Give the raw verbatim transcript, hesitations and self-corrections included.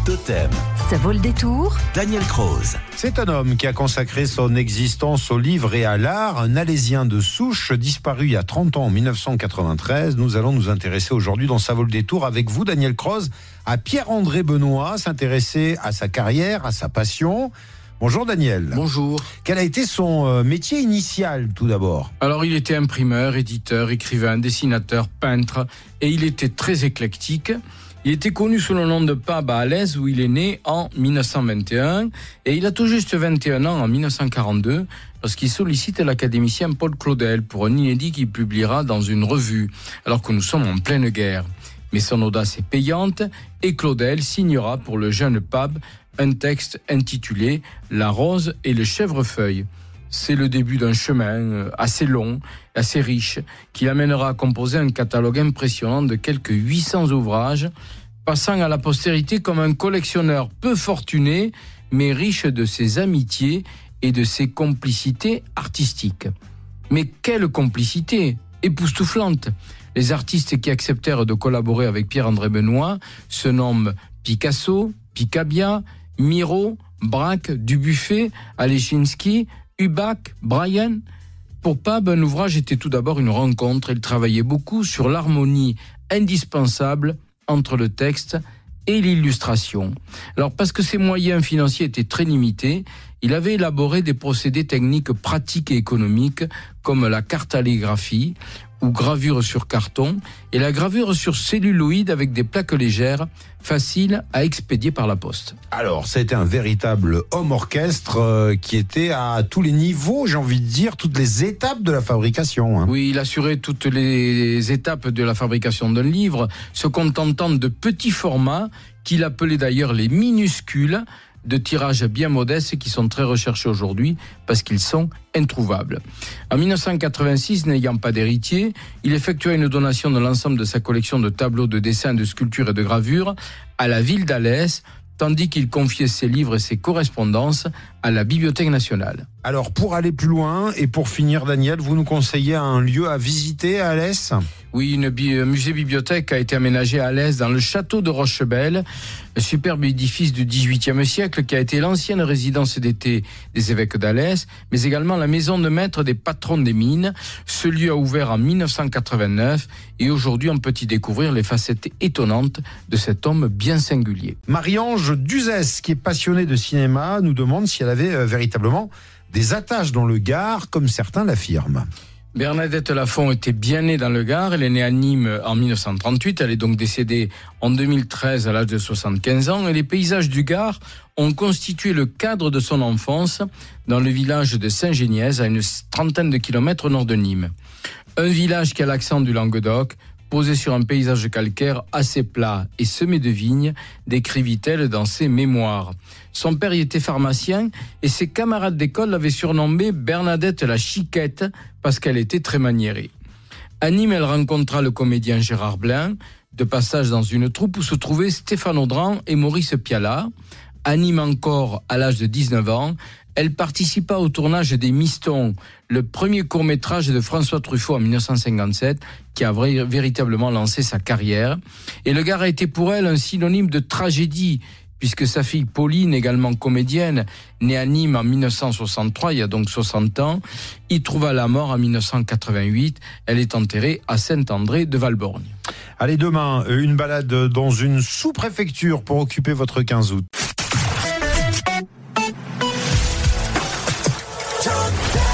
Totem. Ça vaut le détour. Daniel Croze. C'est un homme qui a consacré son existence au livre et à l'art, un Alésien de souche, disparu il y a trente ans en dix-neuf cent quatre-vingt-treize. Nous allons nous intéresser aujourd'hui dans Ça vaut le détour avec vous, Daniel Croze, à Pierre-André Benoît, s'intéresser à sa carrière, à sa passion. Bonjour Daniel. Bonjour. Quel a été son métier initial tout d'abord ? Alors il était imprimeur, éditeur, écrivain, dessinateur, peintre et il était très éclectique. Il était connu sous le nom de Pab à Alès où il est né en dix-neuf cent vingt et un et il a tout juste vingt et un ans en dix-neuf cent quarante-deux lorsqu'il sollicite l'académicien Paul Claudel pour un inédit qu'il publiera dans une revue alors que nous sommes en pleine guerre. Mais son audace est payante et Claudel signera pour le jeune Pab un texte intitulé « La rose et le chèvrefeuille ». C'est le début d'un chemin assez long, assez riche, qui l'amènera à composer un catalogue impressionnant de quelques huit cents ouvrages, passant à la postérité comme un collectionneur peu fortuné, mais riche de ses amitiés et de ses complicités artistiques. Mais quelle complicité époustouflante! Les artistes qui acceptèrent de collaborer avec Pierre-André Benoît se nomment Picasso, Picabia, Miro, Braque, Dubuffet, Alechinsky, Hubac, Brian. Pour Pab, un ouvrage était tout d'abord une rencontre. Il travaillait beaucoup sur l'harmonie indispensable entre le texte et l'illustration. Alors, parce que ses moyens financiers étaient très limités, il avait élaboré des procédés techniques pratiques et économiques comme la cartalégraphie ou gravure sur carton et la gravure sur celluloïd avec des plaques légères, faciles à expédier par la poste. Alors, ça a été un véritable homme orchestre euh, qui était à tous les niveaux, j'ai envie de dire, toutes les étapes de la fabrication. Hein. Oui, il assurait toutes les étapes de la fabrication d'un livre, se contentant de petits formats qu'il appelait d'ailleurs les minuscules, de tirages bien modestes qui sont très recherchés aujourd'hui parce qu'ils sont introuvables. En dix-neuf cent quatre-vingt-six, n'ayant pas d'héritier, il effectua une donation de l'ensemble de sa collection de tableaux, de dessins, de sculptures et de gravures à la ville d'Alès, tandis qu'il confiait ses livres et ses correspondances à la Bibliothèque nationale. Alors, pour aller plus loin et pour finir, Daniel, vous nous conseillez un lieu à visiter à Alès ? Oui, une bi- un musée-bibliothèque a été aménagé à Alès dans le château de Rochebelle, un superbe édifice du dix-huitième siècle qui a été l'ancienne résidence d'été des évêques d'Alès, mais également la maison de maître des patrons des mines. Ce lieu a ouvert en dix-neuf cent quatre-vingt-neuf et aujourd'hui on peut y découvrir les facettes étonnantes de cet homme bien singulier. Marie-Ange Duzès, qui est passionnée de cinéma, nous demande si elle avait euh, véritablement des attaches dans le Gard, comme certains l'affirment. Bernadette Lafont était bien née dans le Gard. Elle est née à Nîmes en dix-neuf cent trente-huit. Elle est donc décédée en deux mille treize à l'âge de soixante-quinze ans. Et les paysages du Gard ont constitué le cadre de son enfance dans le village de Saint-Géniez, à une trentaine de kilomètres au nord de Nîmes. Un village qui a l'accent du Languedoc, posé sur un paysage calcaire assez plat et semé de vignes, décrivit-elle dans ses mémoires. Son père y était pharmacien et ses camarades d'école l'avaient surnommée Bernadette la Chiquette parce qu'elle était très maniérée. À Nîmes, elle rencontra le comédien Gérard Blain, de passage dans une troupe où se trouvaient Stéphane Audran et Maurice Pialat. À Nîmes encore, à l'âge de dix-neuf ans, elle participa au tournage des Mistons, le premier court-métrage de François Truffaut en dix-neuf cent cinquante-sept, qui a vrai, véritablement lancé sa carrière. Et le Gard a été pour elle un synonyme de tragédie, puisque sa fille Pauline, également comédienne, née à Nîmes en dix-neuf cent soixante-trois, il y a donc soixante ans, y trouva la mort en dix-neuf cent quatre-vingt-huit. Elle est enterrée à Saint-André de Valborgne. Allez, demain, une balade dans une sous-préfecture pour occuper votre quinze août.